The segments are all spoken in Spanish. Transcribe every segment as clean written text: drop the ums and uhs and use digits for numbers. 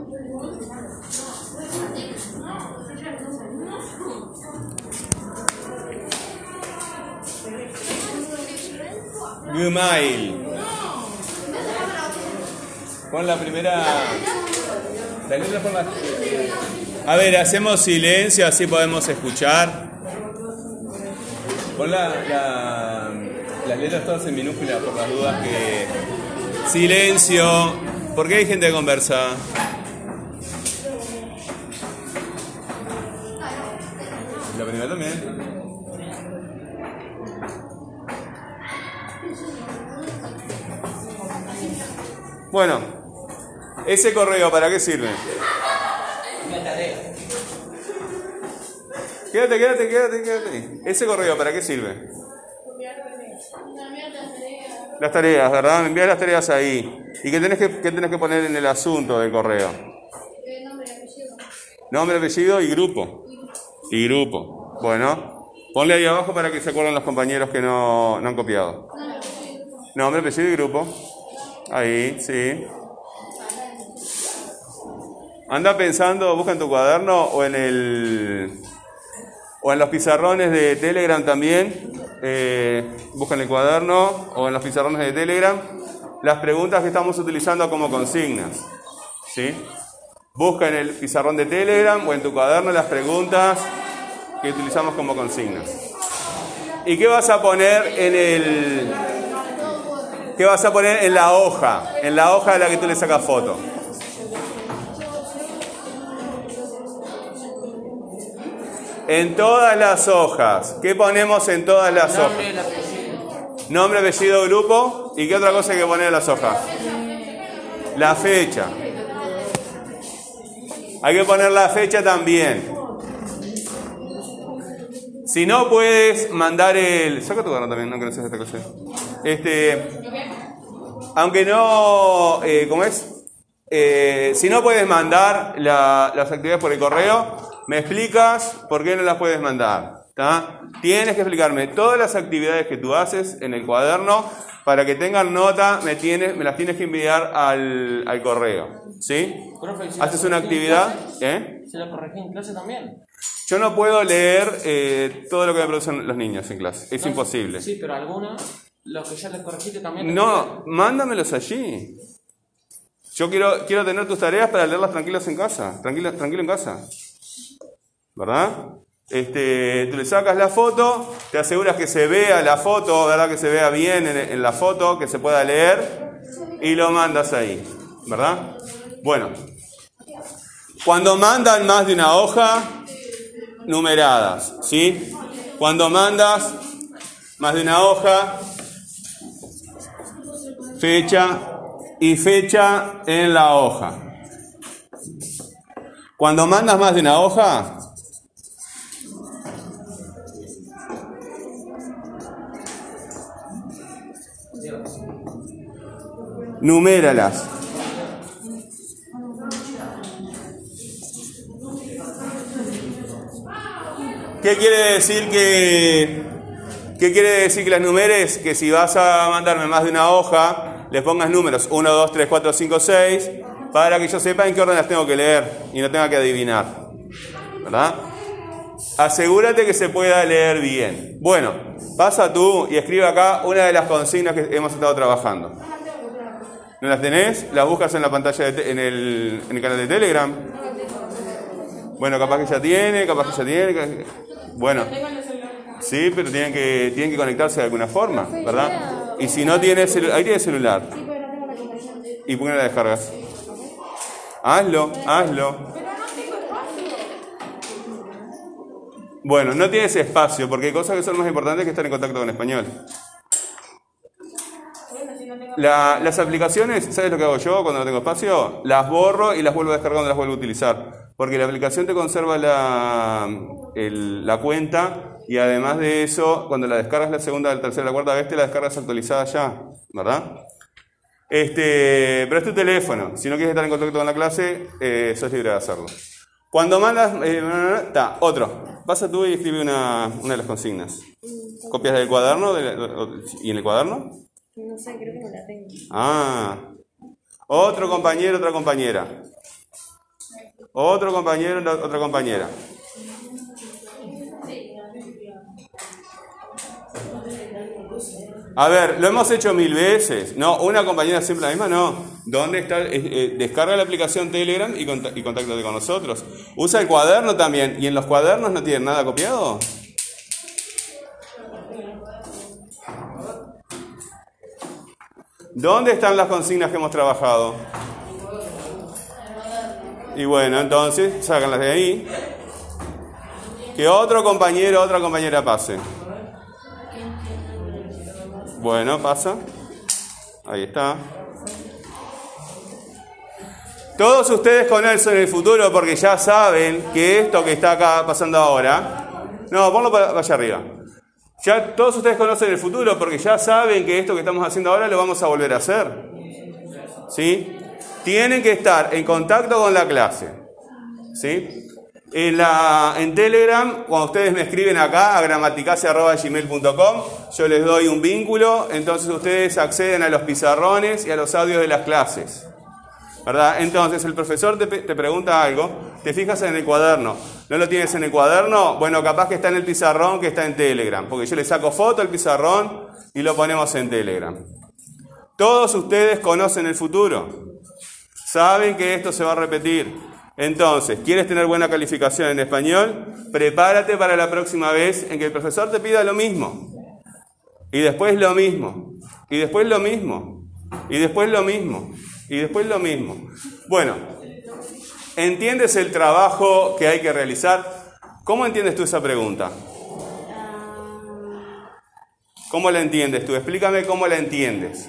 Gmail. Pon la primera. La letra por la... A ver, hacemos silencio, así podemos escuchar. Pon las letras todas en minúsculas por las dudas que... Silencio. ¿Por qué hay gente que conversa? La primera también. Bueno, ese correo, ¿para qué sirve? Quédate. ¿Ese correo para qué sirve? Las tareas, ¿verdad? Enviar las tareas ahí. ¿Y qué tenés que poner en el asunto del correo? Nombre, apellido y grupo. Y grupo. Bueno, ponle ahí abajo para que se acuerden los compañeros que no han copiado. Nombre, apellido y grupo. Ahí, sí. Anda pensando, busca en tu cuaderno o en los pizarrones de Telegram también. Busca en el cuaderno o en los pizarrones de Telegram las preguntas que estamos utilizando como consignas. ¿Sí? Busca en el pizarrón de Telegram o en tu cuaderno las preguntas que utilizamos como consignas. ¿Y qué vas a poner ¿Qué vas a poner en la hoja? En la hoja de la que tú le sacas foto. En todas las hojas. ¿Qué ponemos en todas las hojas? Nombre, apellido, grupo. ¿Y qué otra cosa hay que poner en las hojas? La fecha. Hay que poner la fecha también. Si no puedes mandar saca tu cuaderno también, no que no seas esta cosa. Aunque no... ¿cómo es? Si no puedes mandar las actividades por el correo, me explicas por qué no las puedes mandar. ¿Tá? Tienes que explicarme todas las actividades que tú haces en el cuaderno. Para que tengan nota, me las tienes que enviar al correo. ¿Sí? ¿Haces una actividad? ¿Se la corregí en clase también? Yo no puedo leer todo lo que me producen los niños en clase. Es imposible. Sí, pero algunos, los que ya les corregiste también... No, mándamelos allí. Yo quiero tener tus tareas para leerlas tranquilos en casa. Tranquilo en casa. ¿Verdad? Tú le sacas la foto, te aseguras que se vea la foto, ¿verdad? Que se vea bien en la foto, que se pueda leer, y lo mandas ahí, ¿verdad? Bueno, cuando mandan más de una hoja, numeradas, ¿sí? Cuando mandas más de una hoja, fecha y fecha en la hoja. Cuando mandas más de una hoja, numéralas. ¿Qué quiere decir que las numeres? Que si vas a mandarme más de una hoja, les pongas números 1, 2, 3, 4, 5, 6, para que yo sepa en qué orden las tengo que leer y no tenga que adivinar. ¿Verdad? Asegúrate que se pueda leer bien. Bueno, pasa tú y escribe acá una de las consignas que hemos estado trabajando. ¿No las tenés? ¿Las buscas en la pantalla en el canal de Telegram? Bueno, capaz que ya tiene. Bueno, sí, pero tienen que conectarse de alguna forma, ¿verdad? Y si no tiene celular, ahí tiene celular. ¿Y por qué no la descargas? Hazlo. Bueno, no tienes espacio, porque hay cosas que son más importantes que estar en contacto con español. Las aplicaciones, ¿sabes lo que hago yo cuando no tengo espacio? Las borro y las vuelvo a descargar cuando las vuelvo a utilizar. Porque la aplicación te conserva la cuenta y además de eso, cuando la descargas la segunda, la tercera, la cuarta vez, te la descargas actualizada ya, ¿verdad? Pero es tu teléfono. Si no quieres estar en contacto con la clase, sos libre de hacerlo. Cuando mandas... otro. Pasa tú y escribe una de las consignas. ¿Copias del cuaderno? ¿Y en el cuaderno? No sé, creo que no la tengo. Otro compañero, otra compañera. Otro compañero, otra compañera. A ver, lo hemos hecho 1000 veces. No, una compañera siempre la misma, no. ¿Dónde está? Descarga la aplicación Telegram y contáctate con nosotros. Usa el cuaderno también. ¿Y en los cuadernos no tienen nada copiado? ¿Dónde están las consignas que hemos trabajado? Y bueno, entonces, sácanlas de ahí. Que otro compañero, otra compañera pase. Bueno, pasa. Ahí está. Todos ustedes conocen el futuro porque ya saben que esto que está acá pasando ahora... No, ponlo para allá arriba. Ya todos ustedes conocen el futuro porque ya saben que esto que estamos haciendo ahora lo vamos a volver a hacer. ¿Sí? Tienen que estar en contacto con la clase. ¿Sí? En Telegram, cuando ustedes me escriben acá a gramaticase@gmail.com, yo les doy un vínculo, entonces ustedes acceden a los pizarrones y a los audios de las clases, ¿verdad? Entonces el profesor te pregunta algo, te fijas en el cuaderno, ¿no lo tienes en el cuaderno? Bueno, capaz que está en el pizarrón que está en Telegram, porque yo le saco foto al pizarrón y lo ponemos en Telegram. Todos ustedes conocen el futuro, saben que esto se va a repetir. Entonces, ¿quieres tener buena calificación en español? Prepárate para la próxima vez en que el profesor te pida lo mismo. Y después lo mismo. Y después lo mismo. Y después lo mismo. Y después lo mismo. Bueno, ¿entiendes el trabajo que hay que realizar? ¿Cómo entiendes tú esa pregunta? ¿Cómo la entiendes tú? Explícame cómo la entiendes.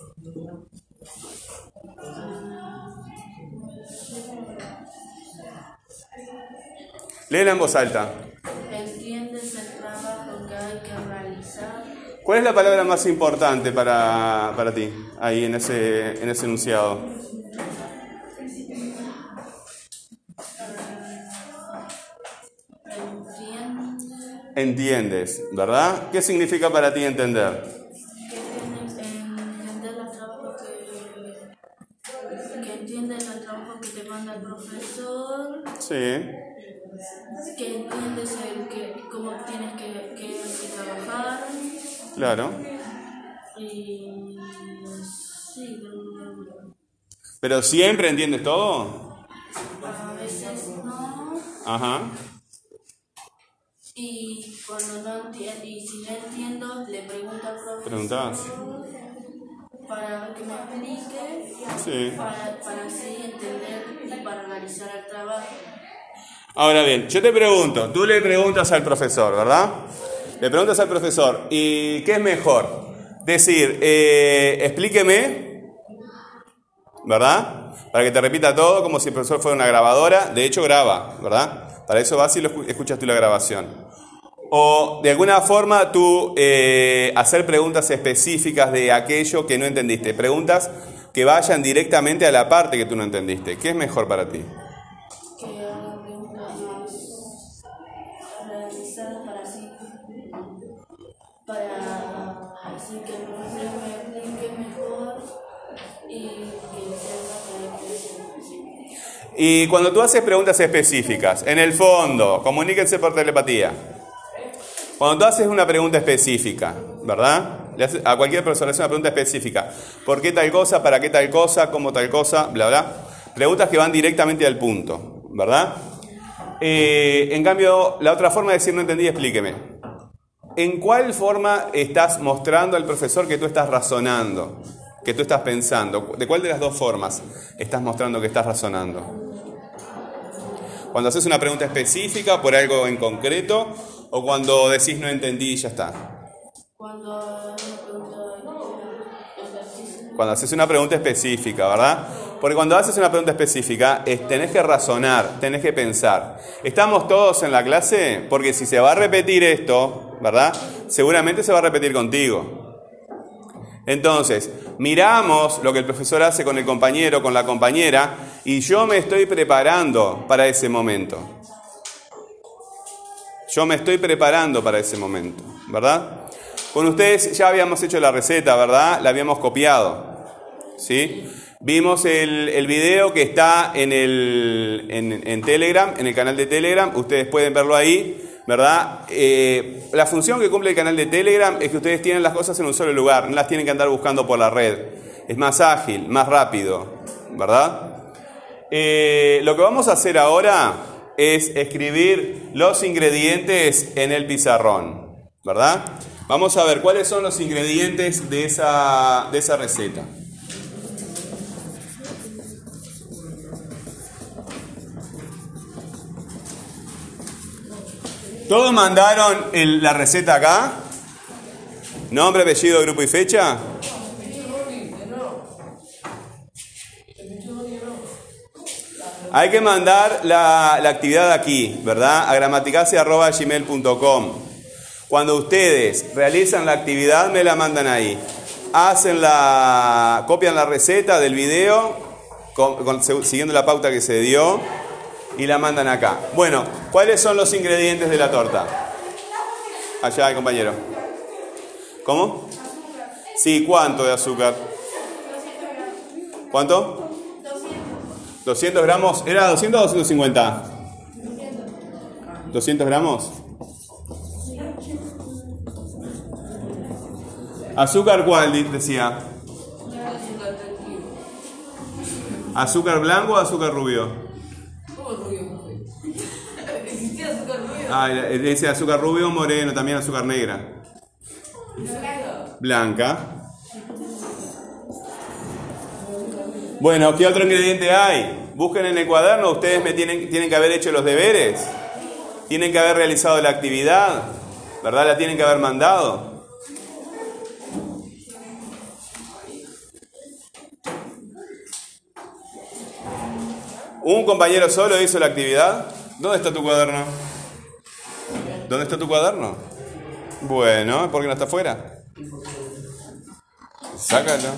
Léela en voz alta. ¿Entiendes el trabajo que hay que realizar? ¿Cuál es la palabra más importante para ti ahí en ese enunciado? Entiendes, ¿verdad? ¿Qué significa para ti entender? Que entiendes el trabajo que te manda el profesor. Sí. Que entiendes cómo tienes que trabajar. Claro. Y sí. ¿Pero siempre entiendes todo? A veces no. Ajá. Y cuando no entiendo, y si no entiendo, le pregunto al profesor. ¿Preguntás? Para que me explique. Sí. Para así entender y para analizar el trabajo. Ahora bien, yo te pregunto, tú le preguntas al profesor, ¿verdad? Le preguntas al profesor, ¿y qué es mejor? Decir, explíqueme, ¿verdad? Para que te repita todo como si el profesor fuera una grabadora. De hecho, graba, ¿verdad? Para eso vas y escuchas tú la grabación. O de alguna forma tú hacer preguntas específicas de aquello que no entendiste. Preguntas que vayan directamente a la parte que tú no entendiste. ¿Qué es mejor para ti? Que haga preguntas más realizadas para así que el profesor me explique mejor y que sepa que es. Y cuando tú haces preguntas específicas, en el fondo, comuníquense por telepatía. Cuando tú haces una pregunta específica, ¿verdad? Le haces, a cualquier profesor le haces una pregunta específica. ¿Por qué tal cosa? ¿Para qué tal cosa? ¿Cómo tal cosa? Bla, bla. Preguntas que van directamente al punto, ¿verdad? En cambio, la otra forma de decir no entendí, explíqueme. ¿En cuál forma estás mostrando al profesor que tú estás razonando? Que tú estás pensando. ¿De cuál de las dos formas estás mostrando que estás razonando? Cuando haces una pregunta específica por algo en concreto, o cuando decís no entendí y ya está. Cuando haces una pregunta específica, ¿verdad? Porque cuando haces una pregunta específica, tenés que razonar, tenés que pensar. ¿Estamos todos en la clase? Porque si se va a repetir esto, ¿verdad? Seguramente se va a repetir contigo. Entonces, miramos lo que el profesor hace con el compañero, con la compañera, y yo me estoy preparando para ese momento. Yo me estoy preparando para ese momento, ¿verdad? Con ustedes ya habíamos hecho la receta, ¿verdad? La habíamos copiado. ¿Sí? Vimos el video que está en Telegram, en el canal de Telegram. Ustedes pueden verlo ahí, ¿verdad? La función que cumple el canal de Telegram es que ustedes tienen las cosas en un solo lugar. No las tienen que andar buscando por la red. Es más ágil, más rápido, ¿verdad? Lo que vamos a hacer ahora es escribir los ingredientes en el pizarrón, ¿verdad? Vamos a ver cuáles son los ingredientes de esa receta. ¿Todos mandaron la receta acá? ¿Nombre, apellido, grupo y fecha? Hay que mandar la actividad aquí, ¿verdad? A gramaticase@gmail.com. Cuando ustedes realizan la actividad, me la mandan ahí. Copian la receta del video, siguiendo la pauta que se dio, y la mandan acá. Bueno, ¿cuáles son los ingredientes de la torta? Allá, compañero. ¿Cómo? Sí, ¿cuánto de azúcar? ¿Cuánto? 200 gramos. ¿Era 200 o 250? 200 gramos. ¿Azúcar cuál decía? ¿Azúcar blanco o azúcar rubio? Dice azúcar rubio, moreno, también azúcar negra. Blanca. Bueno, ¿qué otro ingrediente hay? Busquen en el cuaderno, ustedes tienen que haber hecho los deberes, tienen que haber realizado la actividad, ¿verdad? La tienen que haber mandado. ¿Un compañero solo hizo la actividad? ¿Dónde está tu cuaderno? ¿Dónde está tu cuaderno? Bueno, ¿por qué no está afuera? Sácalo.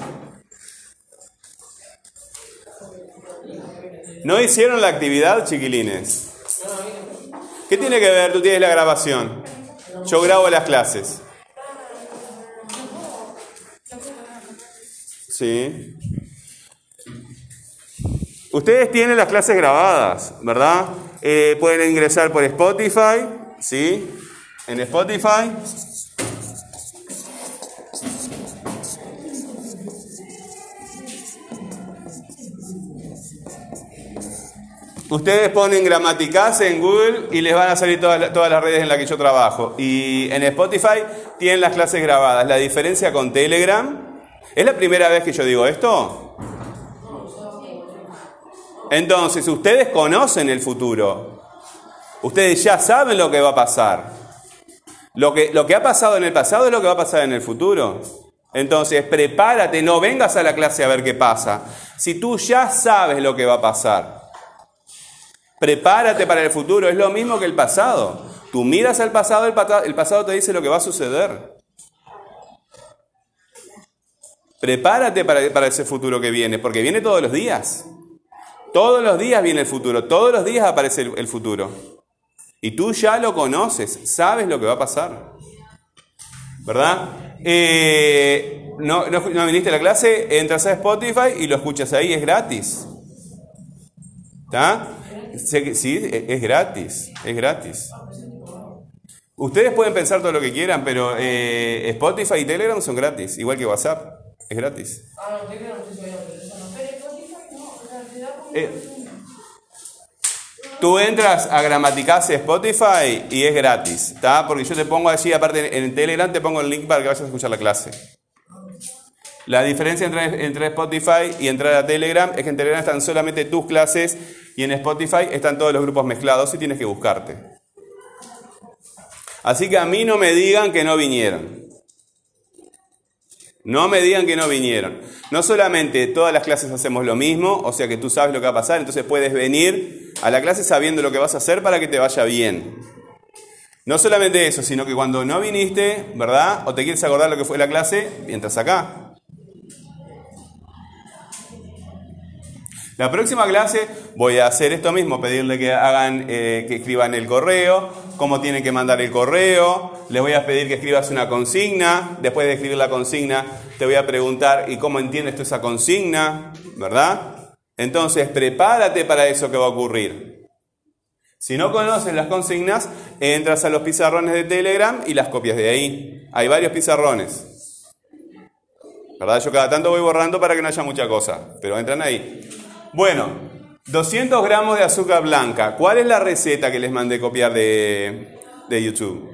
¿No hicieron la actividad, chiquilines? ¿Qué tiene que ver? Tú tienes la grabación. Yo grabo las clases. Sí. Ustedes tienen las clases grabadas, ¿verdad? Pueden ingresar por Spotify, ¿sí? En Spotify. Ustedes ponen Gramaticase en Google y les van a salir todas las redes en las que yo trabajo. Y en Spotify tienen las clases grabadas. La diferencia con Telegram... ¿Es la primera vez que yo digo esto? Entonces, ustedes conocen el futuro. Ustedes ya saben lo que va a pasar. Lo que ha pasado en el pasado es lo que va a pasar en el futuro. Entonces, prepárate, no vengas a la clase a ver qué pasa. Si tú ya sabes lo que va a pasar, prepárate para el futuro. Es lo mismo que el pasado. Tú miras al pasado, el pasado te dice lo que va a suceder. Prepárate para ese futuro que viene, porque viene todos los días. Todos los días viene el futuro, todos los días aparece el futuro. Y tú ya lo conoces, sabes lo que va a pasar. ¿Verdad? No viniste a la clase, entras a Spotify y lo escuchas ahí, es gratis. ¿Está? Sí, es gratis, es gratis. Ustedes pueden pensar todo lo que quieran, pero Spotify y Telegram son gratis, igual que WhatsApp, es gratis. Tú entras a Gramaticase Spotify y es gratis, ¿está? Porque yo te pongo allí, aparte en Telegram te pongo el link para que vayas a escuchar la clase. La diferencia entre Spotify y entrar a Telegram es que en Telegram están solamente tus clases y en Spotify están todos los grupos mezclados y tienes que buscarte. Así que a mí no me digan que no vinieron. No me digan que no vinieron. No solamente todas las clases hacemos lo mismo, o sea que tú sabes lo que va a pasar, entonces puedes venir a la clase sabiendo lo que vas a hacer para que te vaya bien. No solamente eso, sino que cuando no viniste, ¿verdad? O te quieres acordar lo que fue la clase, entras acá. La próxima clase voy a hacer esto mismo, pedirle que hagan, que escriban el correo, cómo tienen que mandar el correo. Les voy a pedir que escribas una consigna. Después de escribir la consigna, te voy a preguntar, ¿y cómo entiendes tú esa consigna? ¿Verdad? Entonces, prepárate para eso que va a ocurrir. Si no conoces las consignas, entras a los pizarrones de Telegram y las copias de ahí. Hay varios pizarrones. ¿Verdad? Yo cada tanto voy borrando para que no haya mucha cosa, pero entran ahí. Bueno, 200 gramos de azúcar blanca. ¿Cuál es la receta que les mandé copiar de YouTube?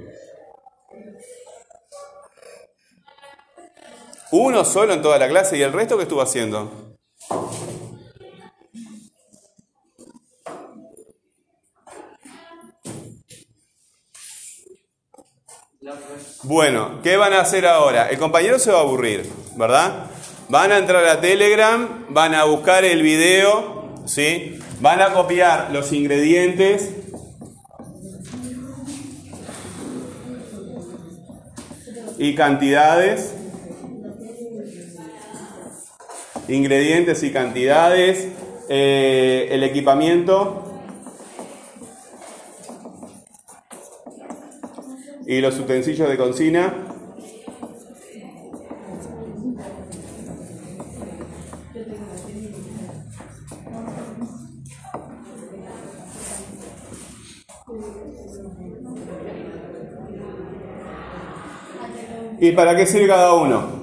Uno solo en toda la clase, ¿y el resto qué estuvo haciendo? Bueno, ¿qué van a hacer ahora? El compañero se va a aburrir, ¿verdad? Van a entrar a Telegram, van a buscar el video, ¿sí? Van a copiar los ingredientes. Y cantidades. Ingredientes y cantidades. El equipamiento. Y los utensilios de cocina. ¿Y para qué sirve cada uno?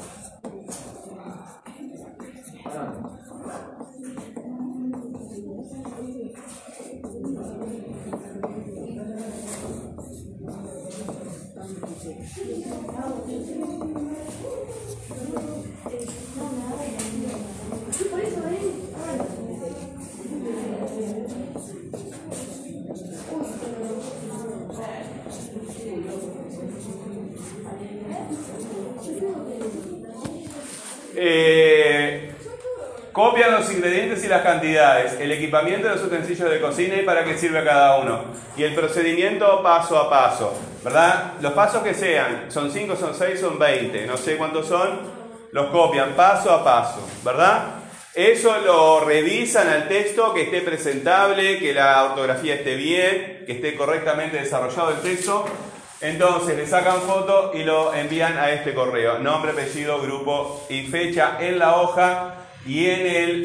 Copian los ingredientes y las cantidades, el equipamiento y los utensilios de cocina y para qué sirve cada uno. Y el procedimiento paso a paso, ¿verdad? Los pasos que sean, son 5, son 6, son 20, no sé cuántos son, los copian paso a paso, ¿verdad? Eso lo revisan al texto, que esté presentable, que la ortografía esté bien, que esté correctamente desarrollado el texto. Entonces le sacan foto y lo envían a este correo. Nombre, apellido, grupo y fecha en la hoja y en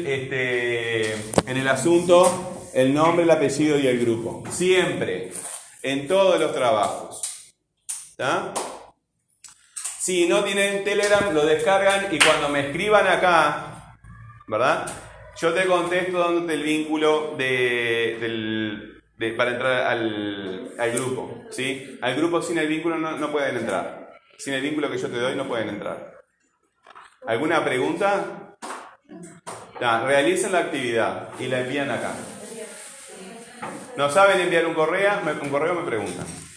el asunto el nombre, el apellido y el grupo. Siempre, en todos los trabajos. ¿Está? Si no tienen Telegram, lo descargan y cuando me escriban acá, ¿verdad? Yo te contesto dándote el vínculo para entrar al grupo, ¿sí? Al grupo sin el vínculo no pueden entrar. Sin el vínculo que yo te doy no pueden entrar. ¿Alguna pregunta? Realicen la actividad y la envían acá. ¿No saben enviar un correo? Me preguntan.